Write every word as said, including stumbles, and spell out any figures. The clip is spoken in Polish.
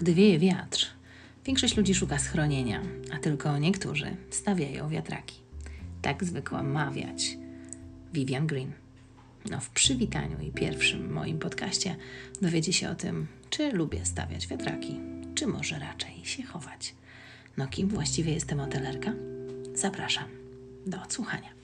Gdy wieje wiatr, większość ludzi szuka schronienia, a tylko niektórzy stawiają wiatraki. Tak zwykła mawiać Vivian Green. No, w przywitaniu i pierwszym moim podcaście dowiecie się o tym, czy lubię stawiać wiatraki, czy może raczej się chować. No kim właściwie jestem hotelerka? Zapraszam do odsłuchania.